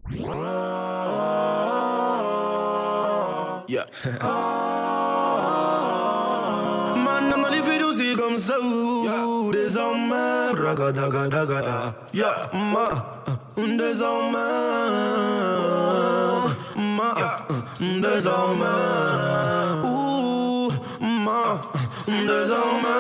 Yeah. Maintenant dans les vidéos c'est comme ça. Désormais, raga. Yeah, désormais, désormais, désormais.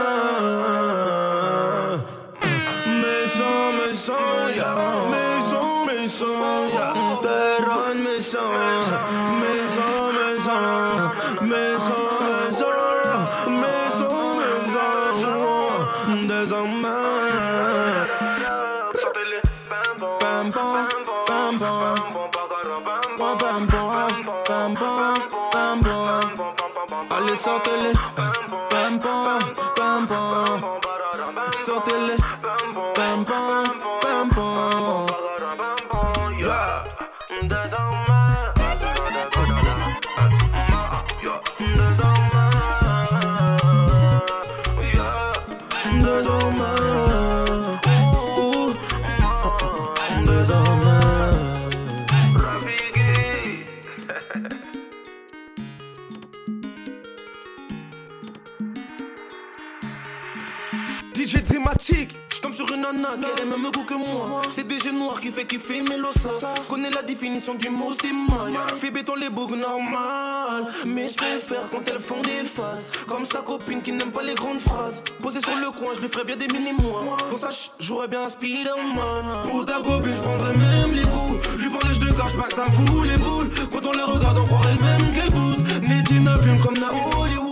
Maison, yeah, maison, yeah, terrain, maison, désormais. Allez, sortez-les, sortez-les, yeah. DJ thématique, j'tombe sur une nana qui a les mêmes goûts que moi. C'est DG noir qui fait kiffer Melosa. Connais la définition du mot stimule. Fais béton les bougs normal, mais je préfère quand elles font des faces. Comme sa copine qui n'aime pas les grandes phrases. Posé sur le coin, je lui ferais bien des mini-mois. Pour ça, j'aurais bien un Spider-Man. Pour ta copine, je prendrais même les coups. Lui parler, je te cache pas que ça me fout les boules. Quand on les regarde, on croirait même qu'elle boude. Netina fume comme la Hollywood.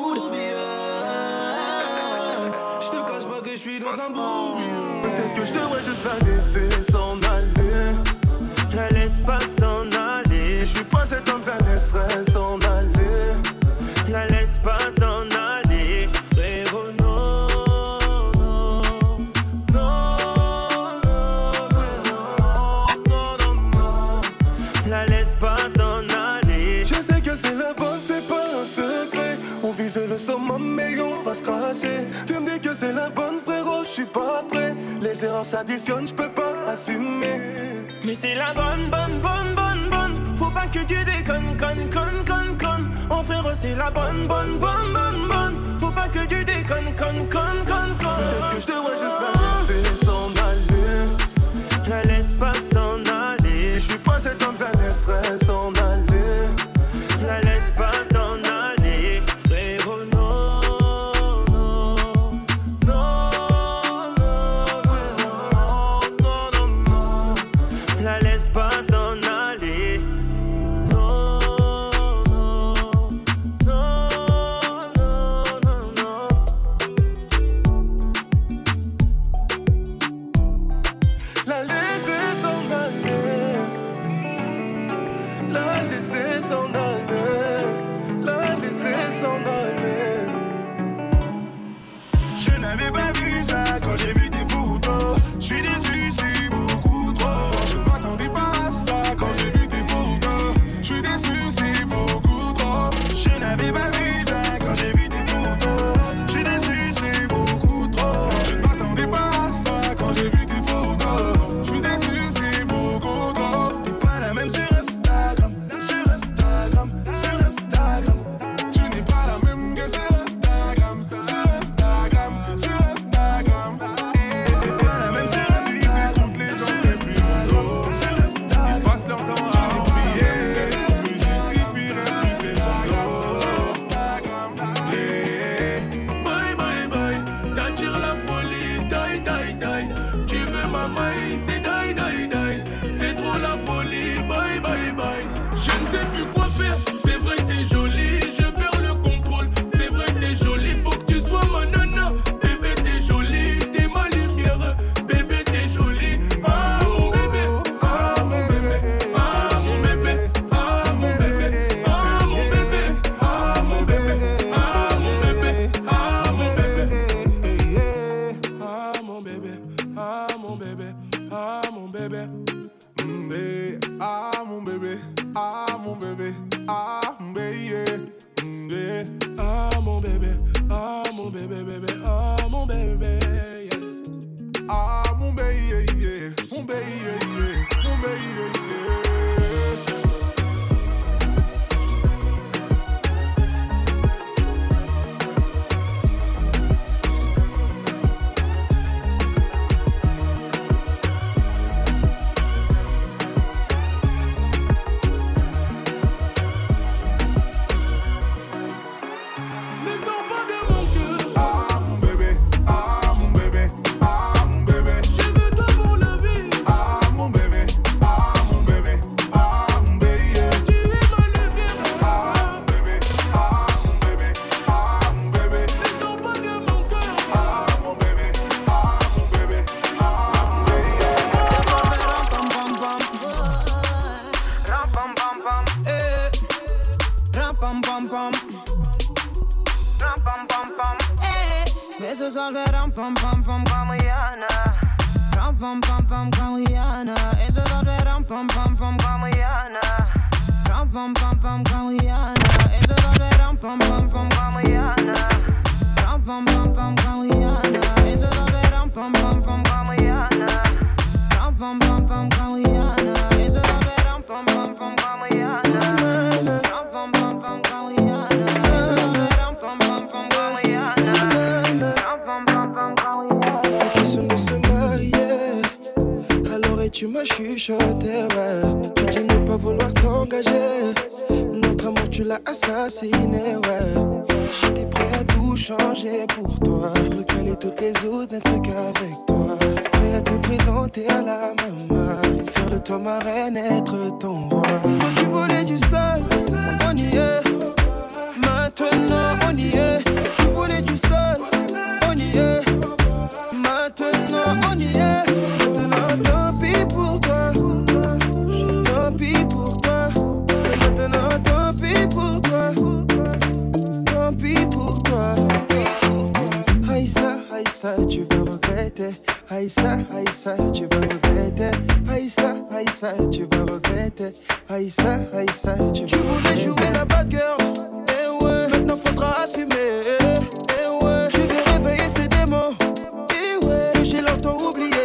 Je suis dans un bout. Peut-être que je devrais juste la laisser s'en aller. La laisse pas s'en aller. Si je suis pas cet homme, la laisserai s'en aller. La laisse pas s'en aller. Frérot, non, non, non, non, non. La laisse pas s'en aller. Je sais que c'est la bonne, c'est pas un secret. On vise le summum mais on va se cracher. Tu me dis que c'est la bonne, frérot, je suis pas prêt. Les erreurs s'additionnent, je peux pas assumer. Mais c'est la bonne. Faut pas que tu déconnes, conne. Oh frérot, c'est la bonne. Faut pas que tu déconnes, conne. Peut-être que je devrais juste la laisser s'en aller. La laisse pas s'en aller. Si je suis pas cet homme, la laisserai s'en aller. La laisse pas s'en aller. Frérot, non, non, non, non. La laisse pas s'en aller. Non, non, non, non, non, non. pam pam. Ram pam pam pam. Mais ce soir je vais ram pam pam pam comme Rihanna. Ram pam pam pam comme Rihanna. Et ce soir je vais ram pam pam pam comme Rihanna. Ram pam pam pam comme Rihanna. Et ce soir je vais ram pam pam pam comme Rihanna. Ram pam pam pam comme Rihanna. Et ce soir je vais ram pam pam pam comme Rihanna. Ram pam pam pam comme Rihanna. Et ce soir je vais ram pam pam pam comme Rihanna. Ram pam pam pam comme Rihanna. Et ce soir je vais ram pam pam pam comme Rihanna. Ram pam pam pam comme Rihanna. La question de se marier. Alors et tu m'as chuchoté, ouais. Tu dis ne pas vouloir t'engager. Notre amour tu l'as assassiné, ouais. J'étais prêt à tout changer pour toi. Recaler toutes les autres, n'être qu'avec toi. Prêt à te présenter à la maman. Faire de toi ma reine, être ton roi. Quand tu voulais du sol, on y est. Maintenant on y est. Tu voulais du sol, on y est. Maintenant on y est. Maintenant tant pis pour toi. Tant pis pour toi. Maintenant tant pis pour toi. Tant pis pour toi. Aïssa, Aïssa, tu vas regretter. Aïssa, Aïssa, tu vas regretter. Aïssa, Aïssa, tu vas regretter. Aïssa, Aïssa, tu voulais jouer la bad girl. Eh ouais, maintenant faudra assumer. Eh ouais, je vais réveiller ces démons. Eh ouais, j'ai longtemps oublié.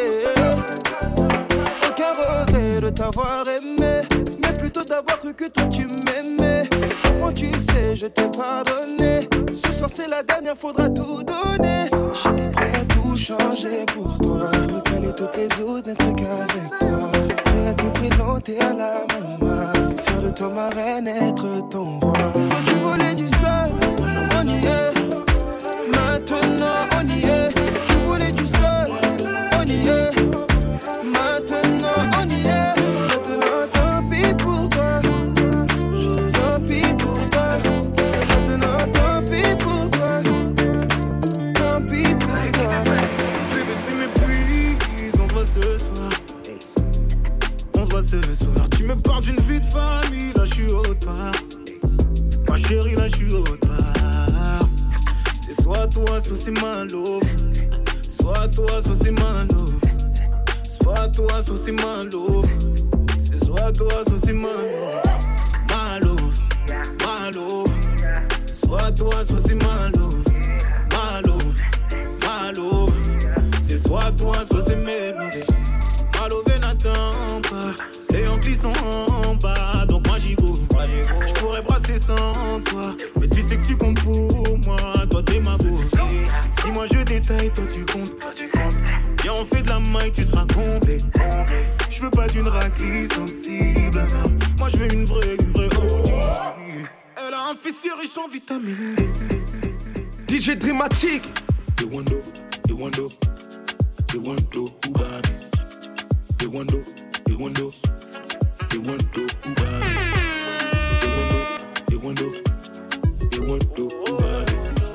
Aucun regret de t'avoir aimé, mais plutôt d'avoir cru que toi tu m'aimais. Enfant, tu sais, je t'ai pardonné. Ce soir c'est la dernière, faudra tout donner. J'étais prêt à tout changer pour toi. Recaler toutes les autres, n'être qu'avec toi. Prêt à te présenter à la maman. Faire de toi ma reine, être ton roi. Quand tu voulais du sol, on y est. Maintenant on y est. Tu voulais du sol, on y est. Maintenant on y est. Maintenant tant pis pour toi. Tant pis pour toi. Maintenant tant pis pour toi. Tant pis pour toi. Bébé tu m'épuises, on se voit ce soir. On se voit ce soir. Tu me parles d'une vie de famille, là je suis autre part. Ma chérie, là je suis autre part. C'est soit toi, soit c'est malo. Soit toi, soit c'est malo. Soit toi, soit c'est malo. C'est soit toi, soit c'est malo. Malo, malo. Soit toi, soit c'est malo. Malo, malo. C'est soit toi, soit c'est mélodie. Malo, n'attends pas. Les Yankees sont en bas, donc moi j'y go. Je pourrais brasser sans toi, mais tu sais que tu comptes pour moi. Toi t'es ma go. Si moi je détaille, toi tu comptes. Viens on fait de la maille, tu seras comblé. Je veux pas d'une raclée sensible. Moi je veux une vraie OG. Elle a un fessier riche en vitamine D. DJ Dramatique. You wonder, who bad. You wonder, who bad. You wonder, who bad. You wonder, who bad.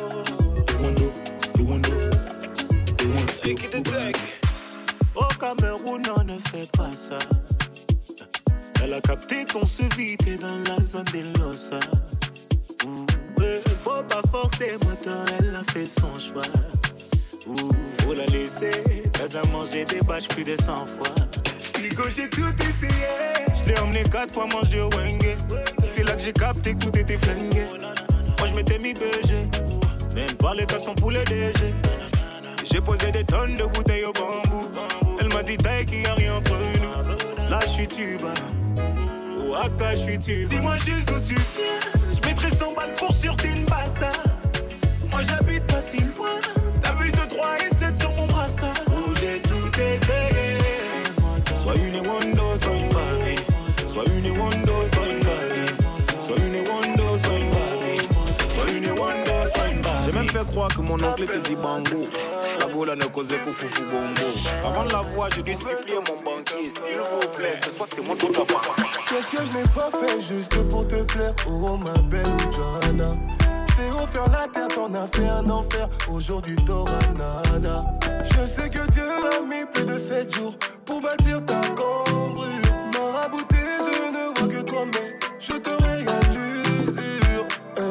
Au Cameroun, on ne fait pas ça. Elle a capté qu'on se vit, t'es dans la zone des Losa. Ouais, faut pas forcer, moteur, elle a fait son choix. Faut la laisser, t'as déjà mangé des bâches plus de 100 fois. Pico, j'ai tout essayé. Je l'ai emmené 4 fois manger au Wenge. C'est là que j'ai capté que tout était flingué. Moi je m'étais mis BG, même pas les cas sans poulet léger. J'ai posé des tonnes de bouteilles au bambou. Elle m'a dit taille qu'il y a rien entre nous. Là je suis tuba, Ouaka je suis tuba. Dis-moi juste d'où tu viens, je mettrai 100 balles pour sur une bassa. Moi j'habite pas si loin, t'as vu 2, 3 et 7 sur mon brassard. Où j'ai tout essayé. Soit une Wando, soit une Barbie. Soit une Wando, soit une Barbie. Soit une Wando, soit une Barbie. Soit une Wando, soit une Barbie. J'ai même fait croire que mon oncle était dit bambou. La boule ne causait que foufou bongo. Avant de la voir, je dû supplier mon banquier. S'il vous plaît, ce soir c'est mon tour d'abord. Qu'est-ce que je n'ai pas fait juste pour te plaire, oh ma belle Johanna. T'es offert la terre, t'en as fait un enfer. Aujourd'hui t'auras nada. Je sais que Dieu a mis plus de 7 jours pour bâtir ta cambrure. Marabouté, je ne vois que toi, mais je te régale l'usure.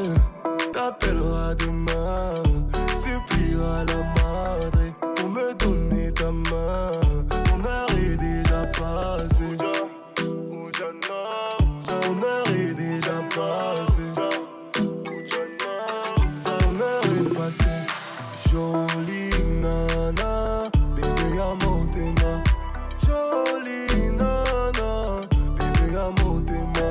Ton heure est déjà passée. Ton heure est passée. Jolie nana, bébé amo tema. Jolie nana, bébé amo tema.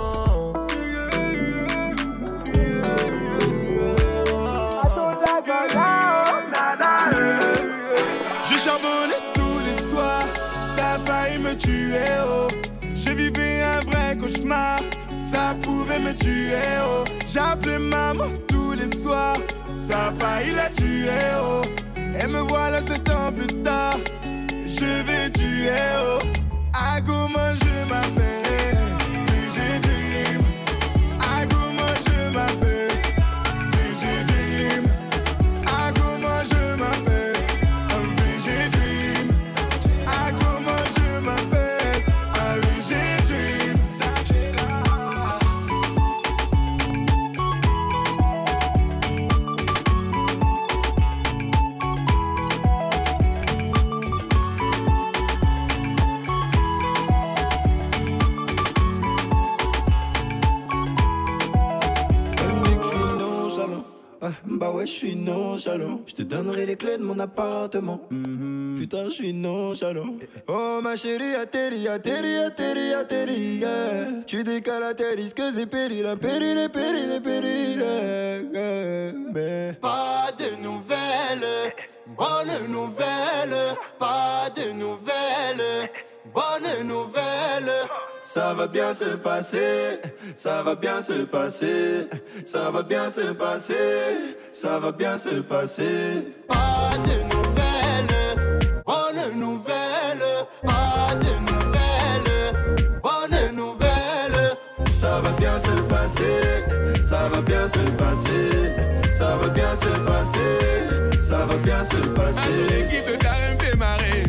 Je charbonnais tous les soirs, ça a failli me tuer, oh. Je vivais un vrai cauchemar, ça pouvait me tuer, oh. J'appelais maman tous les soirs, ça a failli la tuer, oh. Et me voilà 7 ans plus tard, je vais tuer, oh. Ah, comment je m'appelle, VG Dream. Ah, comment je m'appelle, VG Dream. Ah, comment je m'appelle, VG Dream. Ah, comment je m'appelle, VG Dream. Bah ouais, je suis nonchalant. Je te donnerai les clés de mon appartement. Putain, je suis nonchalant. Oh ma chérie, atterri, atterri, atterri, atterri, yeah. Tu décales, atterris, que c'est péril, péril, péril, péril, mais pas de nouvelles, bonne nouvelle. Pas de nouvelles, bonne nouvelle. Ça va bien se passer, ça va bien se passer, ça va bien se passer, ça va bien se passer. Pas de nouvelles, bonne nouvelle. Pas de nouvelles, bonne nouvelle. Ça va bien se passer, ça va bien se passer, ça va bien se passer, ça va bien se passer. L'équipe de Darren fait marrer.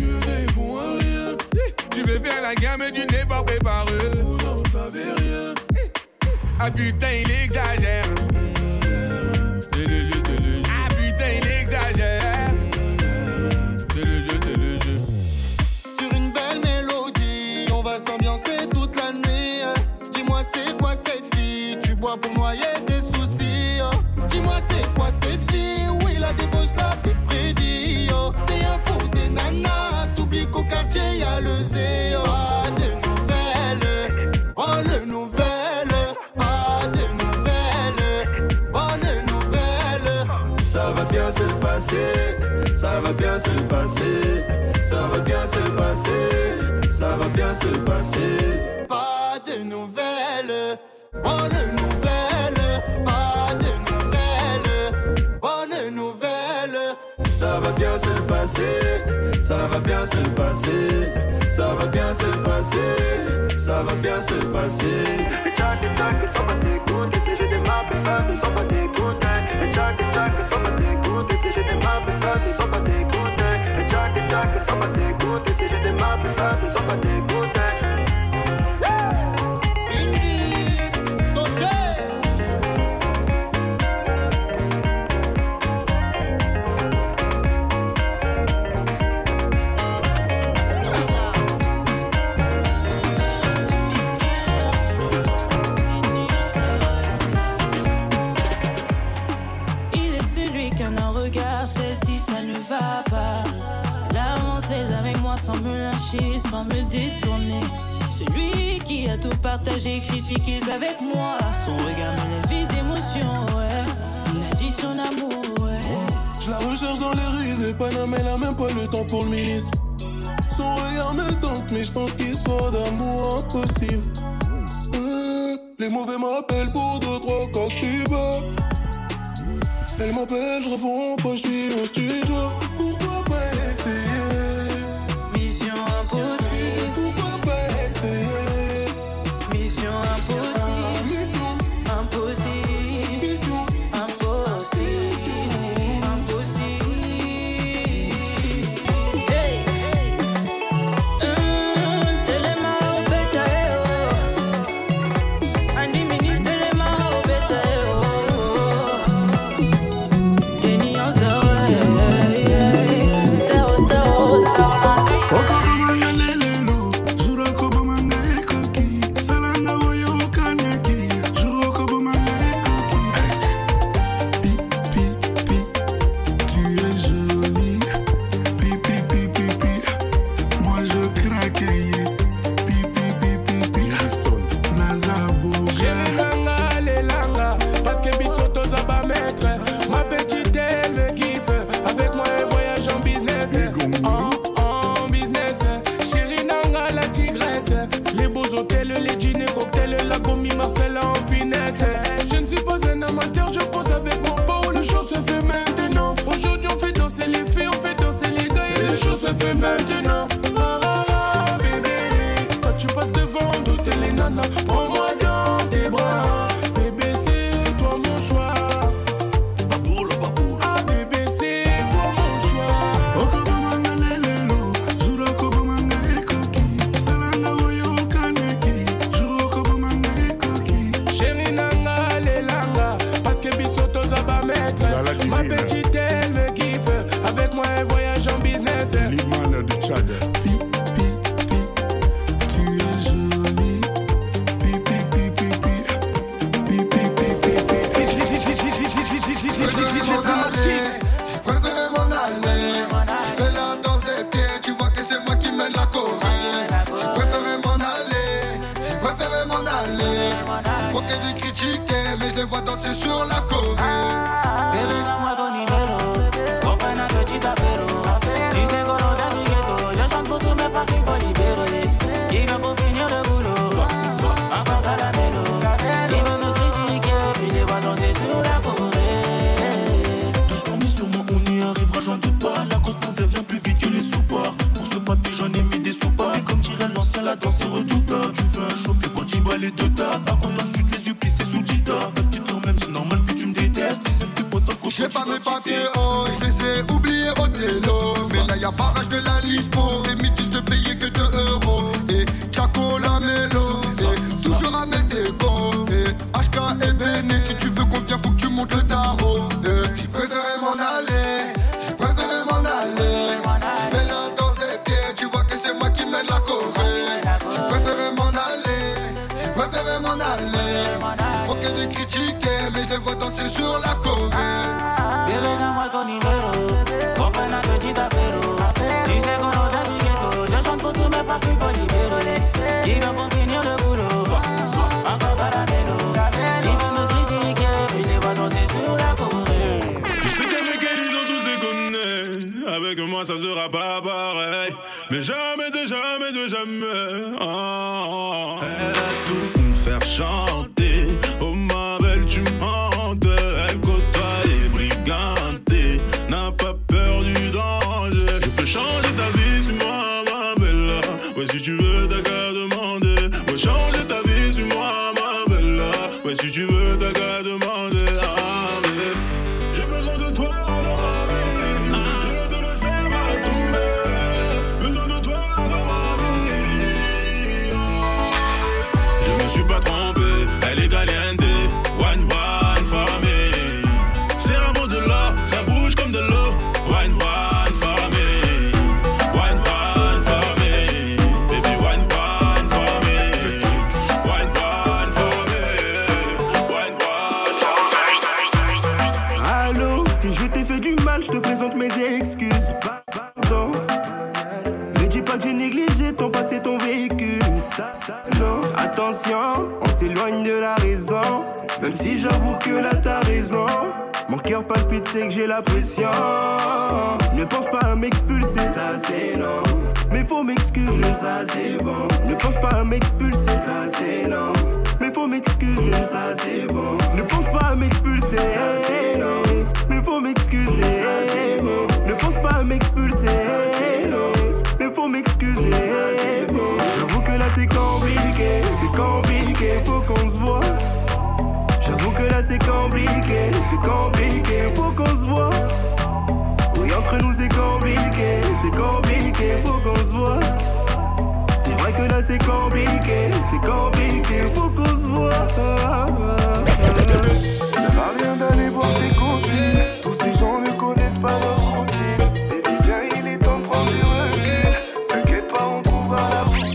Tu veux faire la gamme du nez pas préparé. Non, ça fait rien. Ah putain, il exagère. C'est le jeu, c'est le jeu. Ah putain, il exagère. C'est le jeu, c'est le jeu. Sur une belle mélodie, on va s'ambiancer toute la nuit. Dis-moi c'est quoi cette vie? Tu bois pour noyer tes soucis. Dis-moi c'est quoi cette vie? Oui, la débauche, la vie prédit. T'es un fou, des nanas. T'oublies qu'au quartier y'a le zéro. Pas de nouvelles, bonne nouvelle. Pas de nouvelles, bonne nouvelle. Ça va bien se passer, ça va bien se passer, ça va bien se passer, ça va bien se passer. Pas de nouvelles, bonne nouvelle. Pas de nouvelles, bonne nouvelle. Ça va bien se passer, ça va bien se passer, ça va bien se passer, ça va bien se passer. Et tchac, sans pas t'écouter, si j'ai des maps, ça ne sont pas t'écouter. Et tchac, sans pas t'écouter, si j'ai des maps, ça ne sont pas t'écouter. Et tchac, sans pas t'écouter, si j'ai des maps, ça ne sont pas t'écouter. Sans me lâcher, sans me détourner. Celui qui a tout partagé, critiqué avec moi. Son regard me laisse vide d'émotion, ouais. Il a dit son amour, ouais. Je la recherche dans les rues de Paname, elle a même pas le temps pour le ministre. Son regard me tente, mais je pense qu'il soit d'amour impossible. Les mauvais m'appellent pour 2-3 casques. Elle m'appelle, je réponds pas, je suis au studio. Pourquoi pas essayer? Mission impossible. Pourquoi pas essayer? Mission impossible. Mission impossible. Mission impossible. Impossible. Hey. Telema au betaeo. Andi ministre telema au betaeo. Deni anza, yeah. cocktail, les dîners, cocktail, la commis Marcella en finesse. Je ne suis pas un amateur, je pose avec mon pot, le show se fait maintenant. Aujourd'hui on fait danser les filles, on fait danser les gars et le show se fait maintenant. Bébé, toi tu passes devant toutes les nanas, prends-moi dans tes bras. Bébé c'est toi mon choix. Ah bébé c'est toi mon choix. Chérie nanga lelanga, parce que bisoto ça va mettre. Ma petite elle me kiffe, avec moi elle voyage en business. L'imane du Tchad. J'ai préféré m'en aller. Tu fais la danse des pieds, tu vois que c'est moi qui mène la Corée. J'ai préféré m'en aller. J'ai préféré m'en aller. Faut qu'elle ait critiqué, mais je les vois danser sur la Corée. Bébé, donne-moi ton numéro. On prenne un petit apéro. Tu sais qu'on est dans du ghetto. Je chante pour tous mes frères qu'il faut libérer. Qui vient pour finir le boulot. Encore à la mélo. S'ils veulent me critiquer, puis je les vois danser sur la Corée. Doucement mais sûrement on y arrivera, j'en doute pas. La côte nous devient plus vite que les sous-parts. Pour ce papier j'en ai mis des sous-parts. Et comme dirait l'ancien, la danse est redoutable. Tu veux un chauffe, faut t'y les deux tas. Par contre ensuite les yeux plissés sous le guitare. Ta petite soeur même c'est normal que tu me détestes. Tu sais le fait pourtant qu'on J'ai pas mes papiers, oh, je les ai oubliés au télo. Mais là y'a barrage de la Lispo. Et mythos de payer que 2 euros. Et Chaco la mélo. Et toujours à mes décos. Et HK et Béné, si tu veux qu'on vienne, faut que tu montes le tarot. J'ai préféré m'en aller. J'ai préféré m'en aller. Tu fais la danse des pieds, tu vois que c'est moi qui mène la Corée. J'ai préféré m'en aller. J'ai préféré m'en aller. Faut qu'elle ait critiqué, mais je les vois danser sur la Corée. Bébé, donne-moi ton numéro. On prenne un petit apéro. Tu sais qu'on est dans du ghetto. Je chante pour tous mes frères qu'il faut libérer. Qui vient pour finir le boulot. Encore à la mélo. S'ils veulent me critiquer, puis je les vois danser sur la Corée. Tu sais qu'avec elle ils ont tous déconné. Avec moi ça sera pas pareil. Mais jamais de jamais de jamais. Elle a tout pour me faire chanter. Oh ma belle tu mentes. Elle côtoie les brigantés. N'a pas peur du danger. Je peux changer ta vie sur moi ma belle. Ouais si tu veux t'as qu'à demander. Ouais changer ta vie sur moi ma belle. Ouais si tu veux t'as qu'à demander. J'ai besoin de toi dans ma vie. Je ne te laisserai pas tomber. Besoin de toi dans ma vie. Je me suis pas trompé, elle est caliente. Wine, wine, famille. C'est un mot de l'or, ça bouge comme de l'eau. Wine, wine, famille. Wine, wine, famille. Baby, wine, wine, famille. Wine, wine, famille. Wine, wine, famille. Allô, si je t'ai fait du mal, je te présente mes excuses. Pardon. Ne dis pas que j'ai négligé ton passé, ton véhicule. Non, attention, on s'éloigne de la raison. Même si j'avoue que là t'as raison. Mon cœur palpite, c'est que j'ai la pression. Ne pense pas à m'expulser, ça c'est non. Mais faut m'excuser, ça c'est bon. Ne pense pas à m'expulser, ça c'est non. Mais faut m'excuser, ça c'est bon. Ne pense pas à m'expulser, ça c'est non. Mais faut m'excuser, ça c'est bon. Ne pense pas à m'expulser, ça c'est non. Mais faut m'excuser, ça c'est bon. J'avoue que là c'est compliqué, faut qu'on se voit. J'avoue que là c'est compliqué, faut qu'on se voit. Oui, entre nous c'est compliqué, faut qu'on se voit. C'est vrai que là c'est compliqué, faut qu'on se voit. Ça va rien d'aller voir tes copines. Tous ces gens ne connaissent pas notre routine. Baby viens, il est temps de prendre du recul. T'inquiète pas, on trouvera la routine.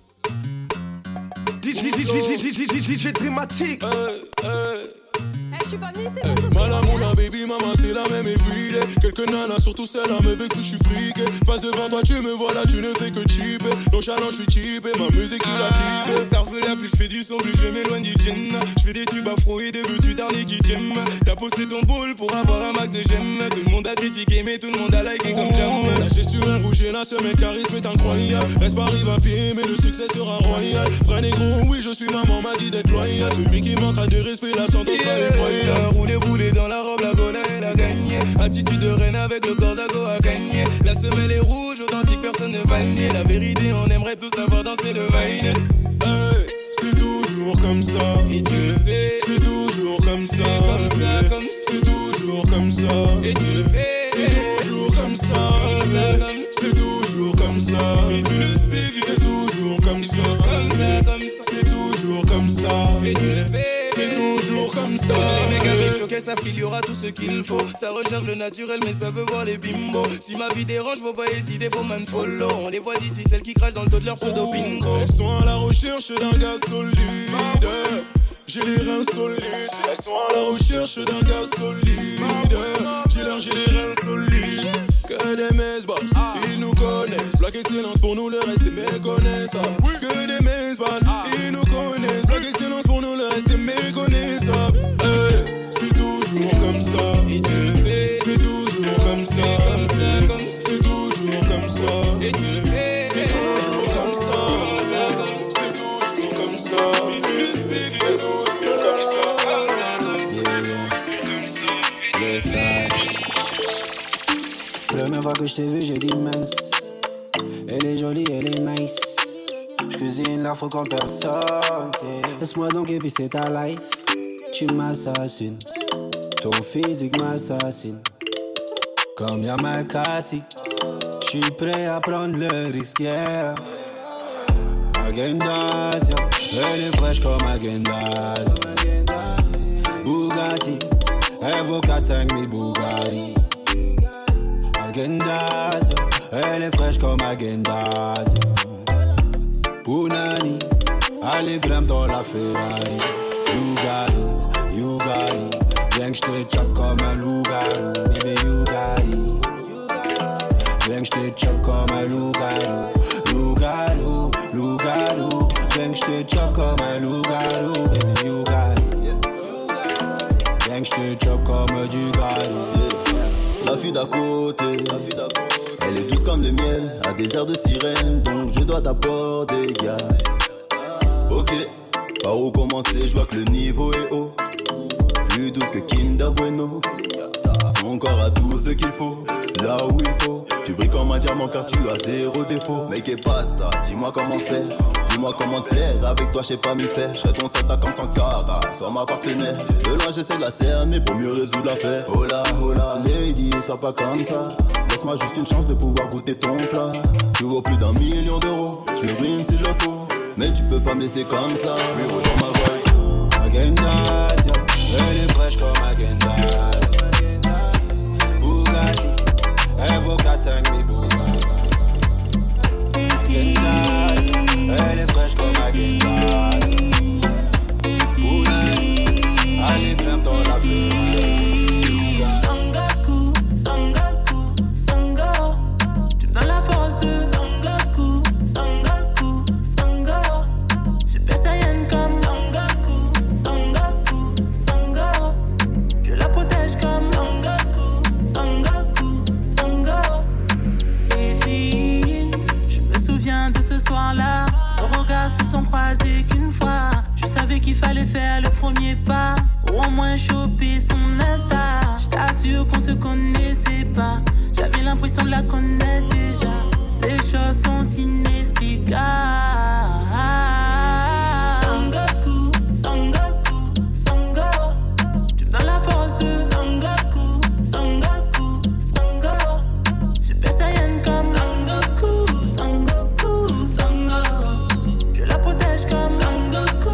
DJ Trimatique. suis pas venue, c'est bon. Malamoula, baby, maman, c'est la même everyday. Quelques nanas, surtout celle-là, me veut que je suis friqué. Passe devant toi, tu me vois là, tu ne fais que chipper. Nonchalant, je suis chippé, ma musique, tu l'as kiffé. Starvela, plus je fais du son, plus je m'éloigne du gin. Je fais des tubes afro et des tu tarnis qui t'aiment. T'as posté ton boule pour avoir un max de j'aime. Tout le monde a critiqué, mais tout le monde a liké comme j'aime. La gestuelle rouge et la semaine charisme est incroyable. Reste pas arrive à pied, mais le succès sera royal. Frère négro, oui, je suis maman, m'a dit d'être loyal. Celui qui manquera de respect, la santé sera effroyable. Rouler dans la robe, la gola, elle a gagné. Attitude de reine avec le cordago à gagner. La semelle est rouge, authentique, personne ne va le nier. La vérité, on aimerait tous savoir danser le vine. Hey, c'est toujours comme ça. Et tu le sais, c'est toujours comme ça. Comme ça, comme ça. C'est toujours comme ça. Et tu le sais, c'est toujours comme ça. Comme ça, comme ça. C'est toujours comme ça. Et tu le sais, c'est toujours comme ça. Comme ça, comme ça. C'est toujours comme ça. Et tu le sais, c'est toujours comme ça. Les méga méchoqués savent qu'il y aura tout ce qu'il faut. Ça recherche le naturel, mais ça veut voir les bimbos. Si ma vie dérange, faut pas hésiter, faut man follow. On les voit d'ici, celles qui crachent dans le dos de leur pseudo bingo. Elles sont à la recherche d'un gars solide. J'ai les reins solides. Elles sont à la recherche d'un gars solide. J'ai les reins solides. Que des messes-box, ils nous connaissent. Black excellence pour nous, le reste est méconnaissable. Que des messes-box, ils nous connaissent. Black excellence pour nous, le reste est méconnaissable. Hey, c'est toujours comme ça. Et tu le sais, c'est toujours comme ça. Comme ça, comme ça. C'est toujours comme ça. Et tu le sais, c'est toujours comme ça. C'est toujours comme ça. Et tu le sais, c'est toujours comme ça. Première fois que je t'ai vu, j'ai dit mince. Elle est jolie, elle est nice. Je cuisine la fois comme personne. Laisse-moi donc épicer ta life. Tu m'assassines. Ton physique m'assassine. Comme Yamakasi. Je suis prêt à prendre le risque, yeah. Agendas, yeah. Elle est fraîche comme Agendas. Bugatti. Elle vaut 4-5 000 Bugatti. Agendas, elle est fraîche comme Agendas. Punani, allez grimpe dans la Ferrari. You got it. Viens que j'te choque comme un loup-garou. Baby, you got it. Viens que j'te choque comme un loup-garou. Loup-garou. Viens que j'te choque comme un loup-garou. Baby, you got it. Viens que j'te choque comme du garou. La fille d'à côté, elle est douce comme le miel, a des airs de sirène, donc je dois t'apporter, gars. Ok, par où commencer, je vois que le niveau est haut. Plus douce que Kinder Bueno. Son corps a tout ce qu'il faut, là où il faut. Tu brilles comme un diamant car tu as zéro défaut. Mais qu'est pas ça, dis-moi comment faire. Dis-moi comment te plaire, avec toi je sais pas m'y faire. Je serai ton Santa comme son cara, sans ma partenaire. De loin j'essaie de la cerner pour mieux résoudre l'affaire. Oh là, lady, sois pas comme ça. Laisse-moi juste une chance de pouvoir goûter ton plat. Tu vaux plus d'1 million d'euros, je me ruine s'il le faut. Mais tu peux pas me laisser comme ça, puis rejoins ma voix. Agendas, elle est fraîche comme Agendas. Bugatti, elle vaut 4-5 000 Bugatti. Agendas, elle est fraîche comme Agendas. Punani, allez grimpe dans la Ferrari. Sangaku, tu me donnes la force de Sangaku. Super Saiyan comme Sangaku. Je la protège comme Sangaku. Et je me souviens de ce soir-là. Nos regards se sont croisés qu'une fois. Je savais qu'il fallait faire le premier pas, ou au moins choper son Insta. Je t'assure qu'on se connaissait pas, j'avais l'impression de la connaître déjà. Ces choses sont inexplicables. Sangaku, tu me donnes la force de Sangaku. Super Saiyan comme Sangaku. Je la protège comme Sangaku.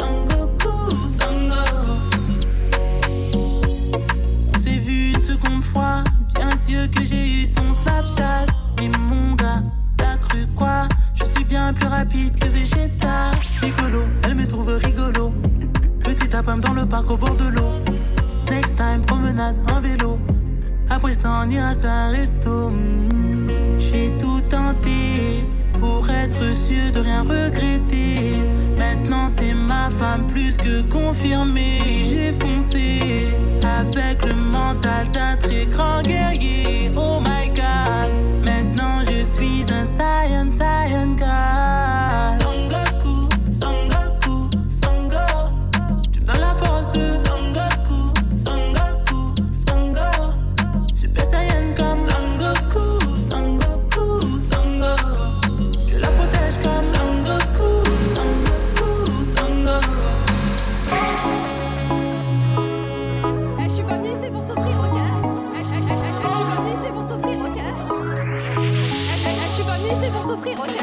On s'est vu une seconde fois, bien sûr que j'ai eu son Snapchat. Mais mon gars, t'as cru quoi? Je suis bien plus rapide que Vegeta. Rigolo, elle me trouve rigolo. Petit tapin dans le parc au bord de l'eau. Next time, promenade en vélo. Après ça, on ira se faire un resto. J'ai tout tenté pour être sûr de rien regretter. Maintenant, c'est ma femme plus que confirmée. J'ai foncé avec le mental d'un très grand guerrier. Oh my God, maintenant je suis un Saiyan God. Sangoku, Sangoku, Sango. Tu donnes la force de Sangoku, Sangoku, Sango. Super Saiyan comme Sangoku, Sangoku, Sango. Je la protège comme Sangoku, Sangoku, Sango. Je suis pas venue ici pour souffrir, ok? Je suis pas venue ici pour souffrir, ok? Je suis pas venue ici pour souffrir, ok?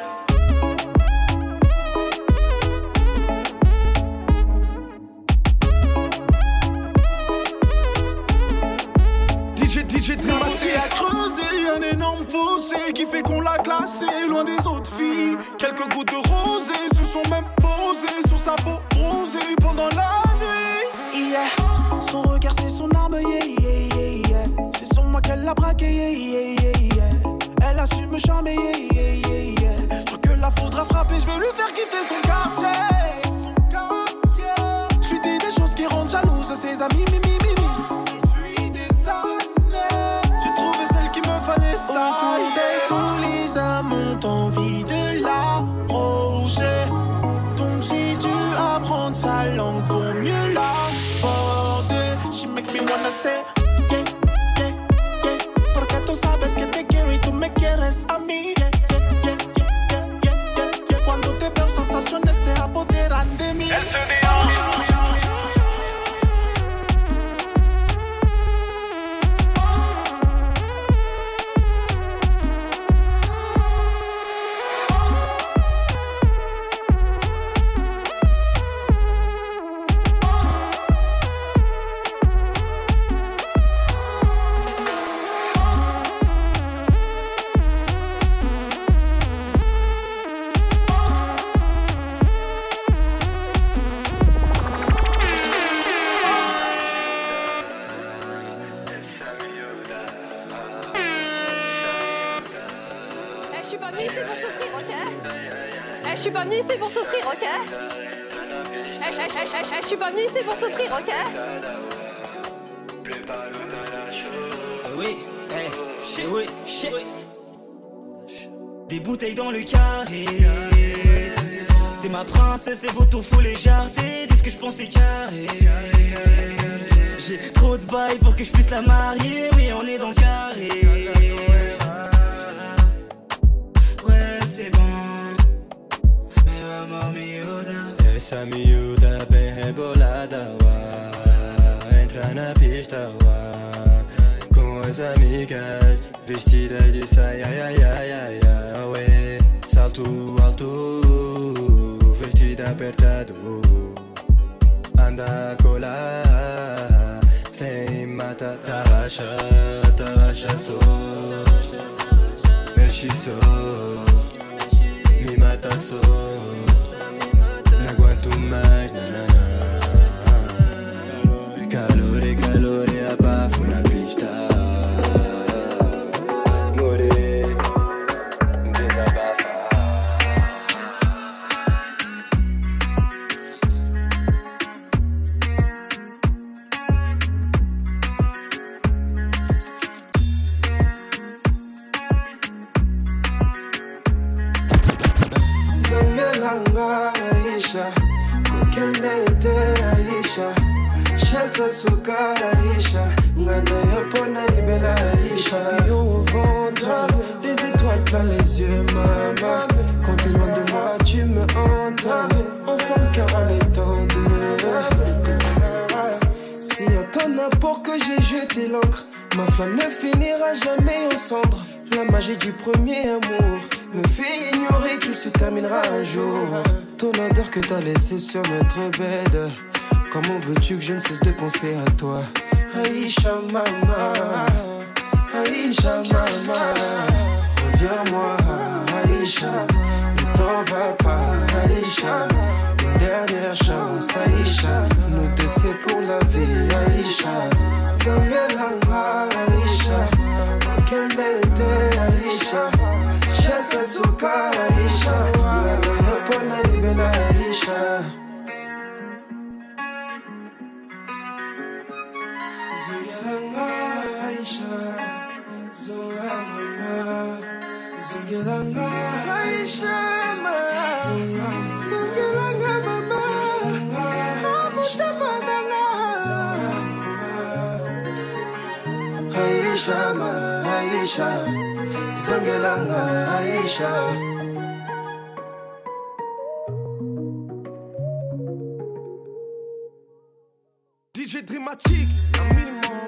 DJ dramatique a creusé un énorme fossé qui fait qu'on l'a classé loin des autres filles. Quelques gouttes de rosée se sont même posées sur sa peau bronzée pendant la nuit. Yeah. Son regard c'est son arme, yeah, yeah, yeah, yeah. C'est sur moi qu'elle l'a braqué, yeah, yeah, yeah, yeah. Elle a su me charmer, yeah, yeah, yeah, yeah. Je crois que la faudra frapper, je vais lui faire quitter son quartier. Je lui dis des choses qui rendent jalouse ses amis, mimi. Autour d'elle, tous les hommes ont envie de l'approcher. Donc j'ai dû apprendre sa langue pour mieux l'aborder. She make me wanna say yeah, yeah, yeah. Porque tú sabes que te quiero y tú me quieres a mí. Yeah, yeah, yeah, yeah, yeah, yeah, yeah. Cuando te veo sensaciones se apoderan de mí. Elle se déhanche. Je suis pas venue ici pour souffrir, ok? Je suis pas venue ici pour souffrir, ok? Oui, oui, shit. Des bouteilles dans le carré. C'est ma princesse, les vautours faut les jarter. Dis ce que je pense c'est carré. J'ai trop de bails pour que je puisse la marier. Oui, on est dans le carré. Essa miúda bem rebolada, entra na pista, com as amigas, vestidas de saia, ué. Salto alto, vestido apertado, anda a colar, sem mata, tarraxa só, mexe só, me mata só. Não aguento mais, calor, abafo na pista. Morei, desabafa. Zangelanga Aisha, kukenete Aisha, chassa sukar Aisha, ngana yapona libela Aisha. Papillon au ventre, les étoiles plein les yeux, maman. Quand t'es loin de moi, tu me hantes. Enfant de cœur à l'étendue. C'est à ton apport que j'ai jeté l'encre. Ma flamme ne finira jamais en cendres. La magie du premier amour me fait ignorer qu'il se terminera un jour. Ton odeur que t'as laissée sur notre bed. Comment veux-tu que je ne cesse de penser à toi? Aïcha mama, Aïcha mama, reviens-moi Aïcha, ne t'en va pas Aïcha, une dernière chance Aïcha, nous deux c'est pour la vie Aïcha. Zongelanga Aisha, Makendete Aisha, Shasa Suka Aisha, Wala Yopona Libela Aisha. Zongelanga Aisha, Zonga Mama, Zongelanga Aisha, Zongelanga Mama, Abuta Mananga, Aisha, Aisha, Zongelanga Aisha. DJ Dramatique, un minimum.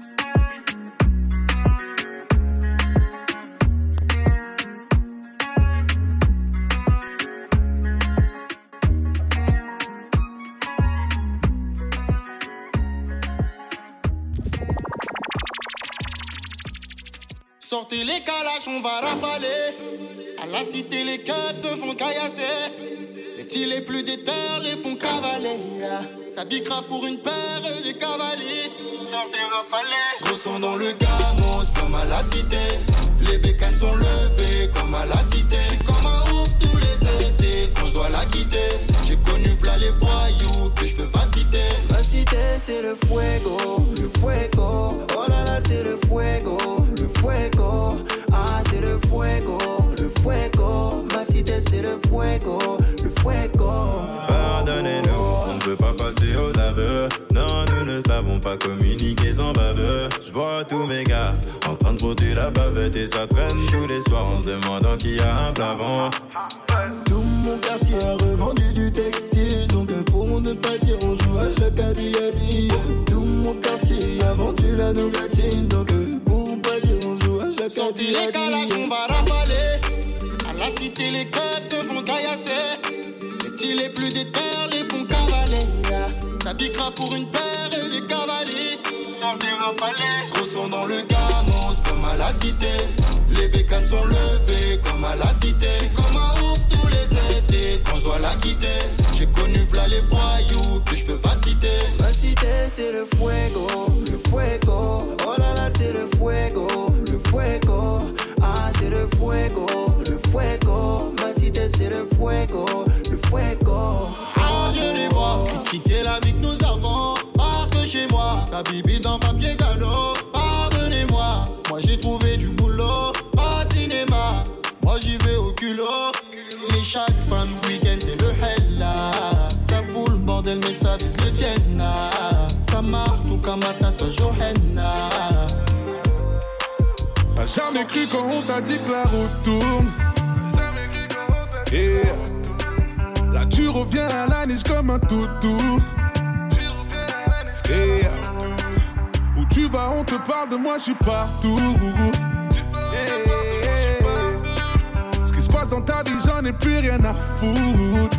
Sortez les calages, on va rafaler. À la cité, les keufs se font caillasser. Les petits les plus déterres les font cavaler. Ça bicra pour une paire de cavaliers. Sortez rafalés. Gros son dans le gamos comme à la cité. Les bécanes sont levées comme à la cité. J'suis comme un ouf tous les étés quand je dois la quitter. J'ai connu v'là les voyous que je peux pas citer. Ma cité c'est le fuego, le fuego. Oh là là c'est le fuego, le fuego. Ah c'est le fuego, le fuego. Ma cité c'est le fuego, le fuego. Pardonnez-nous, on ne peut pas passer aux aveux. Non, nous ne savons pas communiquer sans baveux. Je vois tous mes gars en train de frotter la bavette et ça traîne tous les soirs en se demandant qui a un plafond. Tout mon quartier a revendu du textile, donc pour ne pas dire on joue à chaque adi-adi. Tout mon quartier a vendu la nougatine, donc pour pas dire on joue à chaque adi-adi. Sortez les calages, on va rafaler. À la cité, les keufs se font caillasser. Les petits les plus déterres les font cavaler. Ça bicra pour une paire de cavaliers. Sortez rafalés. Gros son dans le gamos comme à la cité. Les bécanes sont levées comme à la cité. J'suis comme un ouf tous les étés quand je dois la quitter. J'ai connu v'là les voyous que je peux pas citer. Ma cité c'est le fuego, le fuego. Oh là là c'est le fuego, le fuego. Ah c'est le fuego, le fuego. Ma cité c'est le fuego, le fuego. Ah je les vois critiquer la vie que nous avons. Parce que chez moi ça bibi dans papier cadeau. Pardonnez-moi, moi j'ai trouvé du boulot. Pas de cinéma, moi j'y vais au culot. Mais chaque fin de week-end c'est le hell là. Ça fout le bordel mais ça vise le Jenna. Ça marche tout comme un tata Johanna. T'as jamais cru quand on t'a dit que la route tourne. Et là tu reviens à la niche comme un toutou. Et où tu vas on te parle de moi, je suis partout. Ce qui se passe dans ta vie, j'en ai plus rien à foutre.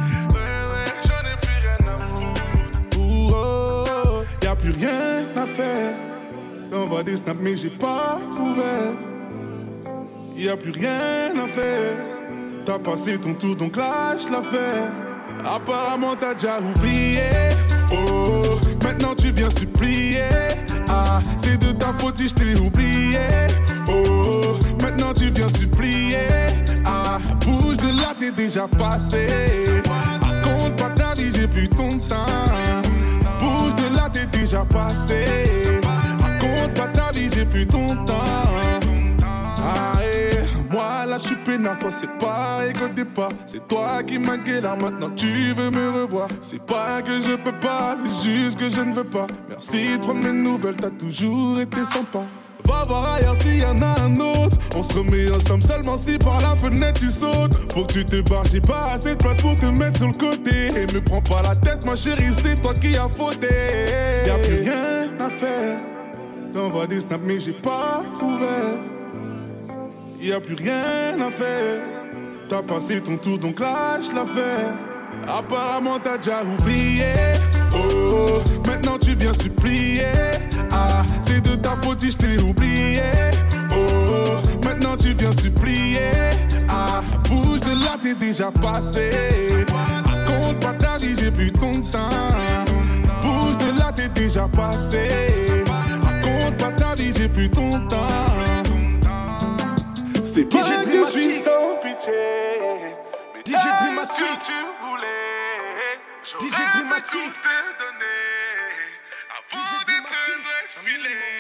Y'a plus rien à faire. T'envoies des snaps mais j'ai pas ouvert. Y'a plus rien à faire. T'as passé ton tour donc lâche l'affaire. Apparemment t'as déjà oublié. Oh, maintenant tu viens supplier. Ah, c'est de ta faute si je t'ai oublié. Oh, maintenant tu viens supplier. Ah, bouge de là t'es déjà passé. Raconte pas ta vie j'ai plus ton temps. Bouge de là t'es déjà passé. Raconte pas ta vie j'ai plus ton temps. Ah, et moi là je suis peinard, toi c'est pareil qu'au départ. C'est toi qui m'as guéri, maintenant tu veux me revoir. C'est pas que je peux pas, c'est juste que je ne veux pas. Merci de prendre mes nouvelles, t'as toujours été sympa. Va voir ailleurs s'il y en a un autre. On se remet ensemble seulement si par la fenêtre tu sautes. Faut que tu te barres, j'ai pas assez de place pour te mettre sur le côté. Et me prends pas la tête ma chérie, c'est toi qui as fauté. Y'a plus rien à faire. T'envoies des snaps mais j'ai pas ouvert. Y'a plus rien à faire. T'as passé ton tour donc lâche l'affaire. Apparemment t'as déjà oublié. Oh, maintenant tu viens supplier. Ah, c'est de ta faute si je t'ai oublié. Oh, maintenant tu viens supplier. Ah, bouge de là t'es déjà passé. Raconte pas ta vie, j'ai plus ton temps. Bouge de là t'es déjà passé. tu voulais. DJ J'aurais pu Dramatique. tout te donner avant d'être filer.